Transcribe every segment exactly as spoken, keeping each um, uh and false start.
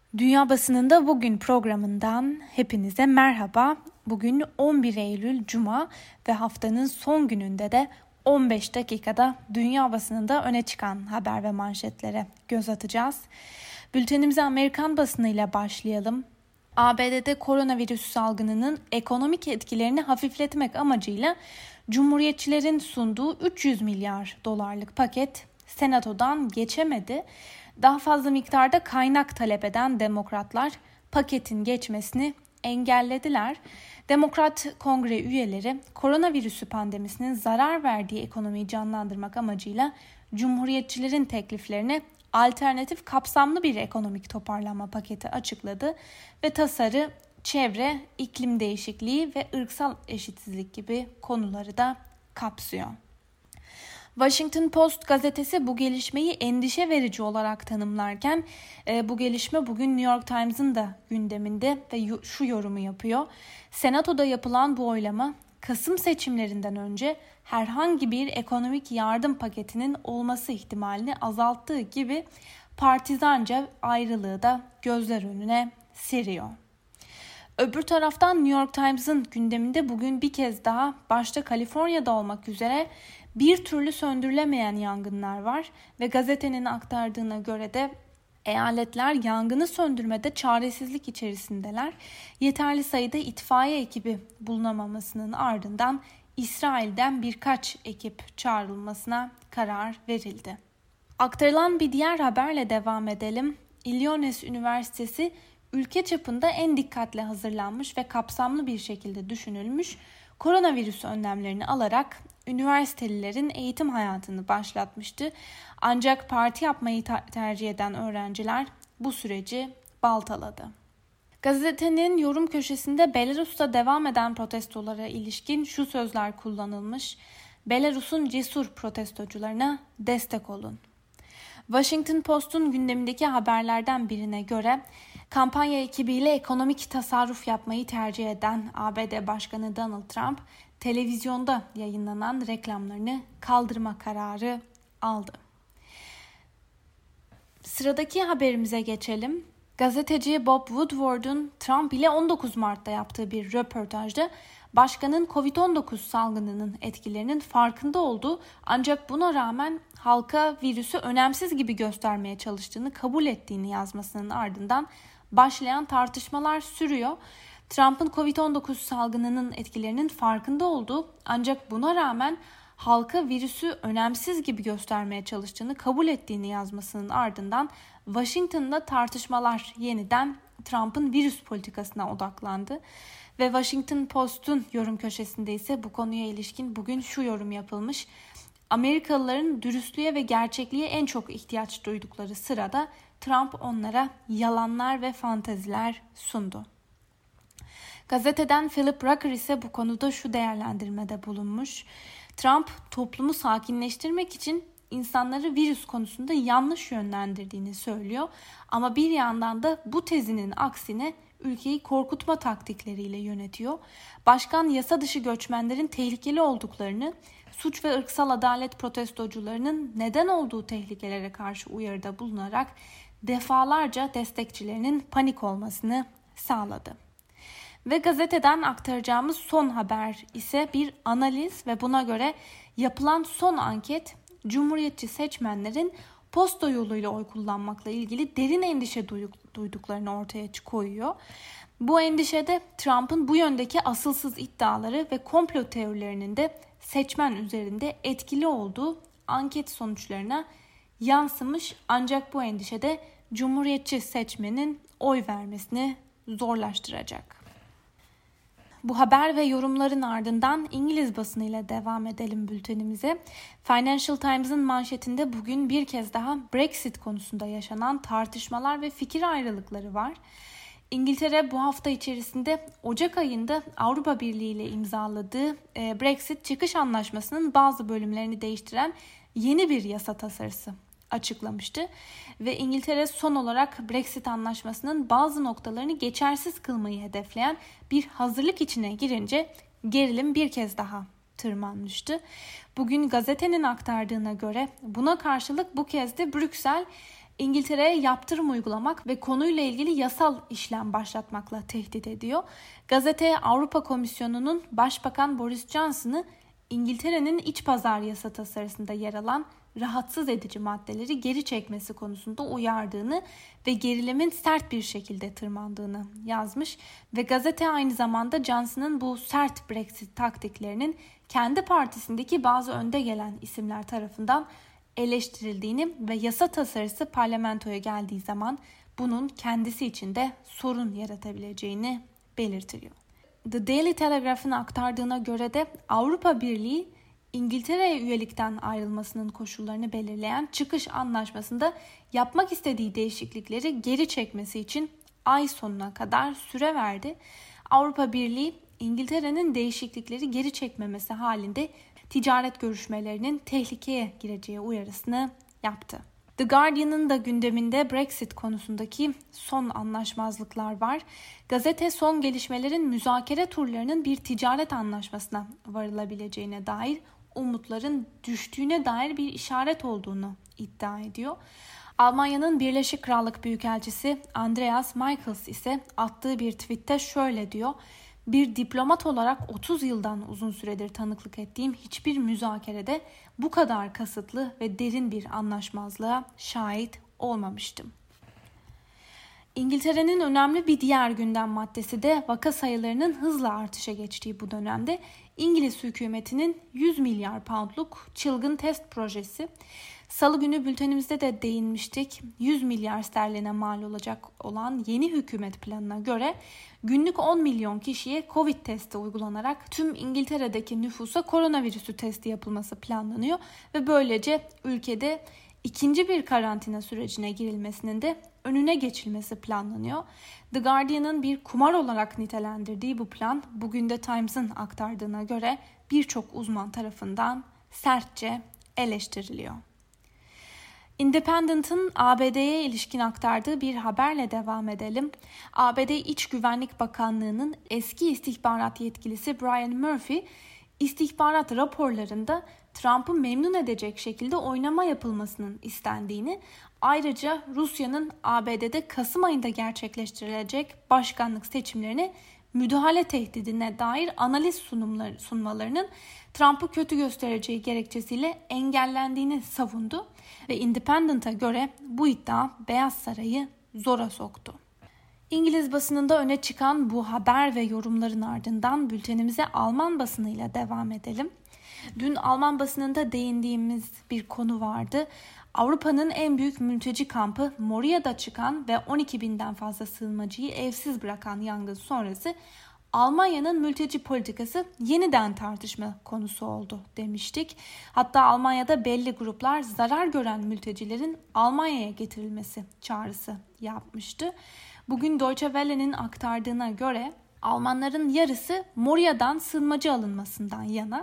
Dünya Basınında Bugün programından hepinize merhaba. Bugün on bir Eylül Cuma ve haftanın son gününde de on beş dakikada dünya basınında öne çıkan haber ve manşetlere göz atacağız. Bültenimize Amerikan basınıyla başlayalım. A B D'de koronavirüs salgınının ekonomik etkilerini hafifletmek amacıyla Cumhuriyetçilerin sunduğu üç yüz milyar dolarlık paket Senato'dan geçemedi. Daha fazla miktarda kaynak talep eden demokratlar paketin geçmesini engellediler. Demokrat Kongre üyeleri koronavirüsü pandemisinin zarar verdiği ekonomiyi canlandırmak amacıyla Cumhuriyetçilerin tekliflerine alternatif kapsamlı bir ekonomik toparlanma paketi açıkladı ve tasarı çevre, iklim değişikliği ve ırksal eşitsizlik gibi konuları da kapsıyor. Washington Post gazetesi bu gelişmeyi endişe verici olarak tanımlarken e, bu gelişme bugün New York Times'ın da gündeminde ve şu yorumu yapıyor. Senato'da yapılan bu oylama Kasım seçimlerinden önce herhangi bir ekonomik yardım paketinin olması ihtimalini azalttığı gibi partizanca ayrılığı da gözler önüne seriyor. Öbür taraftan New York Times'ın gündeminde bugün bir kez daha başta Kaliforniya'da olmak üzere bir türlü söndürülemeyen yangınlar var ve gazetenin aktardığına göre de eyaletler yangını söndürmede çaresizlik içerisindeler. Yeterli sayıda itfaiye ekibi bulunamamasının ardından İsrail'den birkaç ekip çağrılmasına karar verildi. Aktarılan bir diğer haberle devam edelim. Illinois Üniversitesi ülke çapında en dikkatle hazırlanmış ve kapsamlı bir şekilde düşünülmüş koronavirüs önlemlerini alarak üniversitelilerin eğitim hayatını başlatmıştı. Ancak parti yapmayı ta- tercih eden öğrenciler bu süreci baltaladı. Gazetenin yorum köşesinde Belarus'ta devam eden protestolara ilişkin şu sözler kullanılmış: Belarus'un cesur protestocularına destek olun. Washington Post'un gündemindeki haberlerden birine göre kampanya ekibiyle ekonomik tasarruf yapmayı tercih eden A B D Başkanı Donald Trump, televizyonda yayınlanan reklamlarını kaldırma kararı aldı. Sıradaki haberimize geçelim. Gazeteci Bob Woodward'un Trump ile on dokuz Mart'ta yaptığı bir röportajda başkanın kovid on dokuz salgınının etkilerinin farkında olduğu ancak buna rağmen halka virüsü önemsiz gibi göstermeye çalıştığını kabul ettiğini yazmasının ardından başlayan tartışmalar sürüyor. Trump'ın kovid on dokuz salgınının etkilerinin farkında olduğu ancak buna rağmen halka virüsü önemsiz gibi göstermeye çalıştığını kabul ettiğini yazmasının ardından Washington'da tartışmalar yeniden Trump'ın virüs politikasına odaklandı. Ve Washington Post'un yorum köşesinde ise bu konuya ilişkin bugün şu yorum yapılmış: Amerikalıların dürüstlüğe ve gerçekliğe en çok ihtiyaç duydukları sırada Trump onlara yalanlar ve fanteziler sundu. Gazeteden Philip Rucker ise bu konuda şu değerlendirmede bulunmuş: Trump toplumu sakinleştirmek için insanları virüs konusunda yanlış yönlendirdiğini söylüyor. Ama bir yandan da bu tezinin aksine ülkeyi korkutma taktikleriyle yönetiyor. Başkan yasa dışı göçmenlerin tehlikeli olduklarını, suç ve ırksal adalet protestocularının neden olduğu tehlikelere karşı uyarıda bulunarak defalarca destekçilerinin panik olmasını sağladı. Ve gazeteden aktaracağımız son haber ise bir analiz ve buna göre yapılan son anket Cumhuriyetçi seçmenlerin posta yoluyla oy kullanmakla ilgili derin endişe duyduklarını ortaya koyuyor. Bu endişede Trump'ın bu yöndeki asılsız iddiaları ve komplo teorilerinin de seçmen üzerinde etkili olduğu anket sonuçlarına yansımış, ancak bu endişede Cumhuriyetçi seçmenin oy vermesini zorlaştıracak. Bu haber ve yorumların ardından İngiliz basınıyla devam edelim bültenimize. Financial Times'ın manşetinde bugün bir kez daha Brexit konusunda yaşanan tartışmalar ve fikir ayrılıkları var. İngiltere bu hafta içerisinde Ocak ayında Avrupa Birliği ile imzaladığı Brexit çıkış anlaşmasının bazı bölümlerini değiştiren yeni bir yasa tasarısı açıklamıştı. Ve İngiltere son olarak Brexit anlaşmasının bazı noktalarını geçersiz kılmayı hedefleyen bir hazırlık içine girince gerilim bir kez daha tırmanmıştı. Bugün gazetenin aktardığına göre buna karşılık bu kez de Brüksel İngiltere'ye yaptırım uygulamak ve konuyla ilgili yasal işlem başlatmakla tehdit ediyor. Gazete Avrupa Komisyonu'nun Başbakan Boris Johnson'ı İngiltere'nin iç pazar yasa tasarısında yer alan rahatsız edici maddeleri geri çekmesi konusunda uyardığını ve gerilimin sert bir şekilde tırmandığını yazmış ve gazete aynı zamanda Johnson'ın bu sert Brexit taktiklerinin kendi partisindeki bazı önde gelen isimler tarafından eleştirildiğini ve yasa tasarısı parlamentoya geldiği zaman bunun kendisi için de sorun yaratabileceğini belirtiyor. The Daily Telegraph'ın aktardığına göre de Avrupa Birliği İngiltere'ye üyelikten ayrılmasının koşullarını belirleyen çıkış anlaşmasında yapmak istediği değişiklikleri geri çekmesi için ay sonuna kadar süre verdi. Avrupa Birliği İngiltere'nin değişiklikleri geri çekmemesi halinde ticaret görüşmelerinin tehlikeye gireceği uyarısını yaptı. The Guardian'ın da gündeminde Brexit konusundaki son anlaşmazlıklar var. Gazete son gelişmelerin müzakere turlarının bir ticaret anlaşmasına varılabileceğine dair umutların düştüğüne dair bir işaret olduğunu iddia ediyor. Almanya'nın Birleşik Krallık Büyükelçisi Andreas Michaels ise attığı bir tweette şöyle diyor: "Bir diplomat olarak otuz yıldan uzun süredir tanıklık ettiğim hiçbir müzakerede bu kadar kasıtlı ve derin bir anlaşmazlığa şahit olmamıştım." İngiltere'nin önemli bir diğer gündem maddesi de vaka sayılarının hızla artışa geçtiği bu dönemde İngiliz hükümetinin yüz milyar poundluk çılgın test projesi. Salı günü bültenimizde de değinmiştik. yüz milyar sterline mal olacak olan yeni hükümet planına göre günlük on milyon kişiye Covid testi uygulanarak tüm İngiltere'deki nüfusa koronavirüsü testi yapılması planlanıyor ve böylece ülkede ikinci bir karantina sürecine girilmesinin de önüne geçilmesi planlanıyor. The Guardian'ın bir kumar olarak nitelendirdiği bu plan bugün de Times'ın aktardığına göre birçok uzman tarafından sertçe eleştiriliyor. Independent'ın A B D'ye ilişkin aktardığı bir haberle devam edelim. A B D İç Güvenlik Bakanlığı'nın eski istihbarat yetkilisi Brian Murphy, istihbarat raporlarında Trump'ı memnun edecek şekilde oynama yapılmasının istendiğini, ayrıca Rusya'nın A B D'de Kasım ayında gerçekleştirilecek başkanlık seçimlerine müdahale tehdidine dair analiz sunumları, sunmalarının Trump'ı kötü göstereceği gerekçesiyle engellendiğini savundu ve Independent'a göre bu iddia Beyaz Saray'ı zora soktu. İngiliz basınında öne çıkan bu haber ve yorumların ardından bültenimize Alman basınıyla devam edelim. Dün Alman basınında değindiğimiz bir konu vardı. Avrupa'nın en büyük mülteci kampı Moria'da çıkan ve on iki binden fazla sığınmacıyı evsiz bırakan yangın sonrası Almanya'nın mülteci politikası yeniden tartışma konusu oldu demiştik. Hatta Almanya'da belli gruplar zarar gören mültecilerin Almanya'ya getirilmesi çağrısı yapmıştı. Bugün Deutsche Welle'nin aktardığına göre Almanların yarısı Moria'dan sığınmacı alınmasından yana.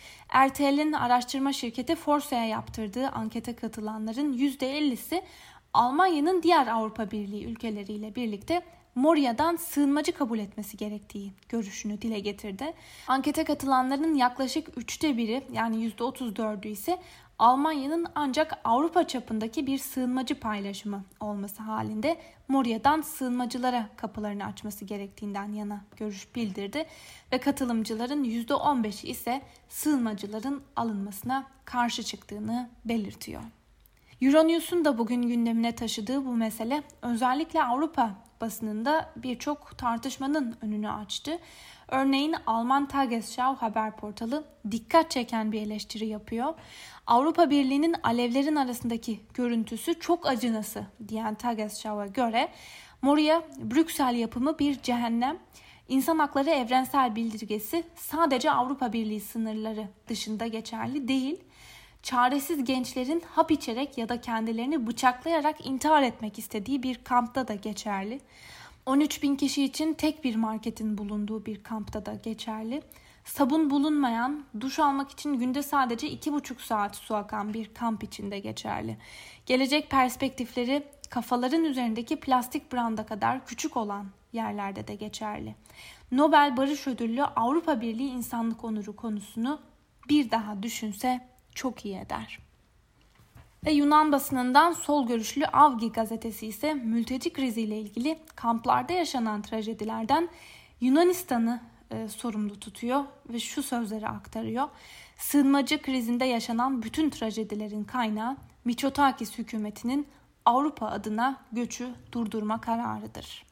R T L'in araştırma şirketi Forsa'ya yaptırdığı ankete katılanların yüzde ellisi Almanya'nın diğer Avrupa Birliği ülkeleriyle birlikte Moria'dan sığınmacı kabul etmesi gerektiği görüşünü dile getirdi. Ankete katılanların yaklaşık üçte biri yani yüzde otuz dördü ise Almanya'nın ancak Avrupa çapındaki bir sığınmacı paylaşımı olması halinde Moria'dan sığınmacılara kapılarını açması gerektiğinden yana görüş bildirdi ve katılımcıların yüzde on beşi ise sığınmacıların alınmasına karşı çıktığını belirtiyor. Euronews'un da bugün gündemine taşıdığı bu mesele özellikle Avrupa basınında birçok tartışmanın önünü açtı. Örneğin Alman Tagesschau haber portalı dikkat çeken bir eleştiri yapıyor. Avrupa Birliği'nin alevlerin arasındaki görüntüsü çok acınası diyen Tagesschau'a göre Moria, Brüksel yapımı bir cehennem. İnsan Hakları Evrensel Bildirgesi sadece Avrupa Birliği sınırları dışında geçerli değil. Çaresiz gençlerin hap içerek ya da kendilerini bıçaklayarak intihar etmek istediği bir kampta da geçerli. on üç bin kişi için tek bir marketin bulunduğu bir kampta da geçerli. Sabun bulunmayan, duş almak için günde sadece iki buçuk saat su akan bir kamp içinde geçerli. Gelecek perspektifleri kafaların üzerindeki plastik branda kadar küçük olan yerlerde de geçerli. Nobel Barış Ödüllü Avrupa Birliği İnsanlık Onuru konusunu bir daha düşünse çok iyi eder. Ve Yunan basınından sol görüşlü Avgi gazetesi ise mülteci kriziyle ilgili kamplarda yaşanan trajedilerden Yunanistan'ı e, sorumlu tutuyor ve şu sözleri aktarıyor. Sığınmacı krizinde yaşanan bütün trajedilerin kaynağı Mitsotakis hükümetinin Avrupa adına göçü durdurma kararıdır.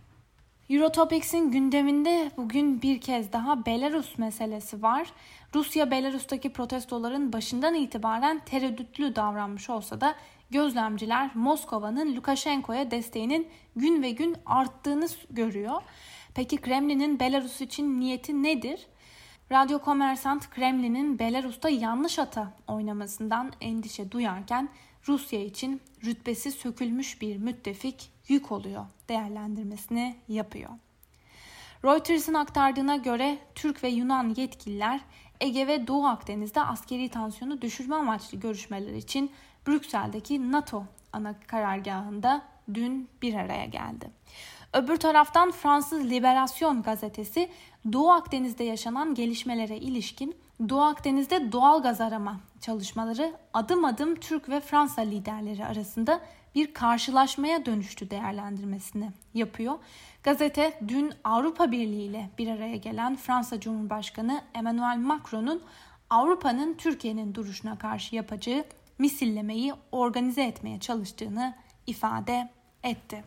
Eurotopics'in gündeminde bugün bir kez daha Belarus meselesi var. Rusya, Belarus'taki protestoların başından itibaren tereddütlü davranmış olsa da gözlemciler Moskova'nın Lukashenko'ya desteğinin gün ve gün arttığını görüyor. Peki Kremlin'in Belarus için niyeti nedir? Radyo Kommersant, Kremlin'in Belarus'ta yanlış ata oynamasından endişe duyarken Rusya için rütbesi sökülmüş bir müttefik yük oluyor değerlendirmesini yapıyor. Reuters'ın aktardığına göre Türk ve Yunan yetkililer Ege ve Doğu Akdeniz'de askeri tansiyonu düşürme amaçlı görüşmeler için Brüksel'deki NATO ana karargahında dün bir araya geldi. Öbür taraftan Fransız Liberasyon gazetesi Doğu Akdeniz'de yaşanan gelişmelere ilişkin Doğu Akdeniz'de doğal gaz arama çalışmaları adım adım Türk ve Fransa liderleri arasında bir karşılaşmaya dönüştü değerlendirmesini yapıyor. Gazete dün Avrupa Birliği ile bir araya gelen Fransa Cumhurbaşkanı Emmanuel Macron'un Avrupa'nın Türkiye'nin duruşuna karşı yapacağı misillemeyi organize etmeye çalıştığını ifade etti.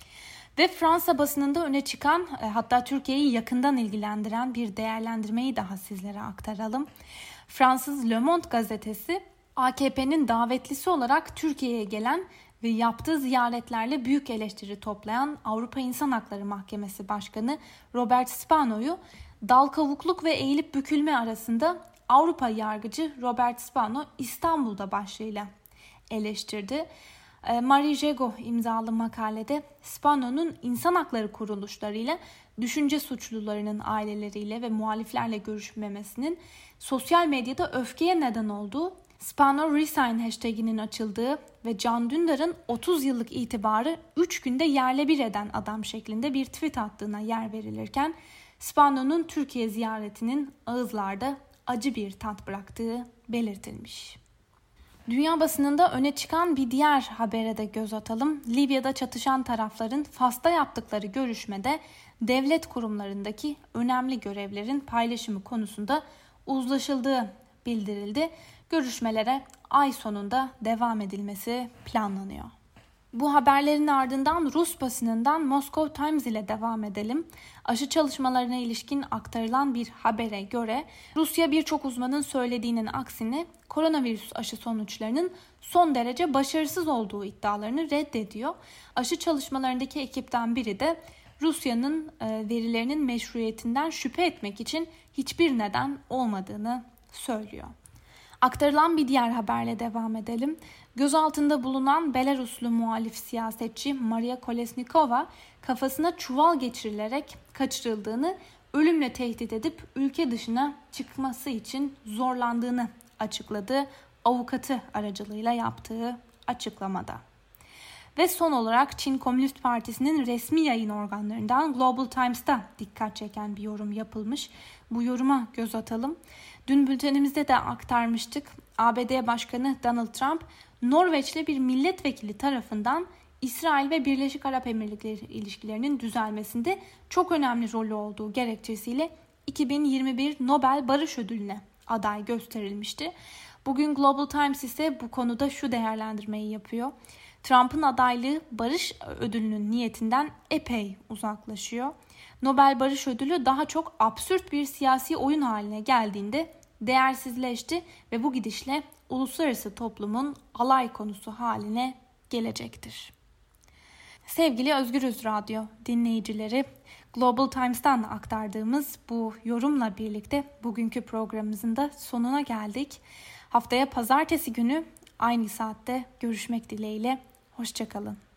Ve Fransa basınında öne çıkan, hatta Türkiye'yi yakından ilgilendiren bir değerlendirmeyi daha sizlere aktaralım. Fransız Le Monde gazetesi A K P'nin davetlisi olarak Türkiye'ye gelen ve yaptığı ziyaretlerle büyük eleştiri toplayan Avrupa İnsan Hakları Mahkemesi Başkanı Robert Spano'yu dal kavukluk ve eğilip bükülme arasında Avrupa yargıcı Robert Spano İstanbul'da başlığıyla eleştirdi. Marie Jego imzalı makalede Spano'nun insan hakları kuruluşlarıyla düşünce suçlularının aileleriyle ve muhaliflerle görüşmemesinin sosyal medyada öfkeye neden olduğu, Spano Resign hashtaginin açıldığı ve Can Dündar'ın otuz yıllık itibarı üç günde yerle bir eden adam şeklinde bir tweet attığına yer verilirken Spano'nun Türkiye ziyaretinin ağızlarda acı bir tat bıraktığı belirtilmiş. Dünya basınında öne çıkan bir diğer habere de göz atalım. Libya'da çatışan tarafların Fas'ta yaptıkları görüşmede devlet kurumlarındaki önemli görevlerin paylaşımı konusunda uzlaşıldığı bildirildi. Görüşmelere ay sonunda devam edilmesi planlanıyor. Bu haberlerin ardından Rus basınından Moscow Times ile devam edelim. Aşı çalışmalarına ilişkin aktarılan bir habere göre Rusya birçok uzmanın söylediğinin aksine koronavirüs aşı sonuçlarının son derece başarısız olduğu iddialarını reddediyor. Aşı çalışmalarındaki ekipten biri de Rusya'nın verilerinin meşruiyetinden şüphe etmek için hiçbir neden olmadığını söylüyor. Aktarılan bir diğer haberle devam edelim. Gözaltında bulunan Belaruslu muhalif siyasetçi Maria Kolesnikova kafasına çuval geçirilerek kaçırıldığını, ölümle tehdit edip ülke dışına çıkması için zorlandığını açıkladı. Avukatı aracılığıyla yaptığı açıklamada. Ve son olarak Çin Komünist Partisi'nin resmi yayın organlarından Global Times'ta dikkat çeken bir yorum yapılmış. Bu yoruma göz atalım. Dün bültenimizde de aktarmıştık. A B D Başkanı Donald Trump, Norveçli bir milletvekili tarafından İsrail ve Birleşik Arap Emirlikleri ilişkilerinin düzelmesinde çok önemli rolü olduğu gerekçesiyle iki bin yirmi bir Nobel Barış Ödülü'ne aday gösterilmişti. Bugün Global Times ise bu konuda şu değerlendirmeyi yapıyor. Trump'ın adaylığı Barış Ödülü'nün niyetinden epey uzaklaşıyor. Nobel Barış Ödülü daha çok absürt bir siyasi oyun haline geldiğinde değersizleşti ve bu gidişle uluslararası toplumun alay konusu haline gelecektir. Sevgili Özgürüz Radyo dinleyicileri, Global Times'tan aktardığımız bu yorumla birlikte bugünkü programımızın da sonuna geldik. Haftaya pazartesi günü aynı saatte görüşmek dileğiyle. Hoşça kalın.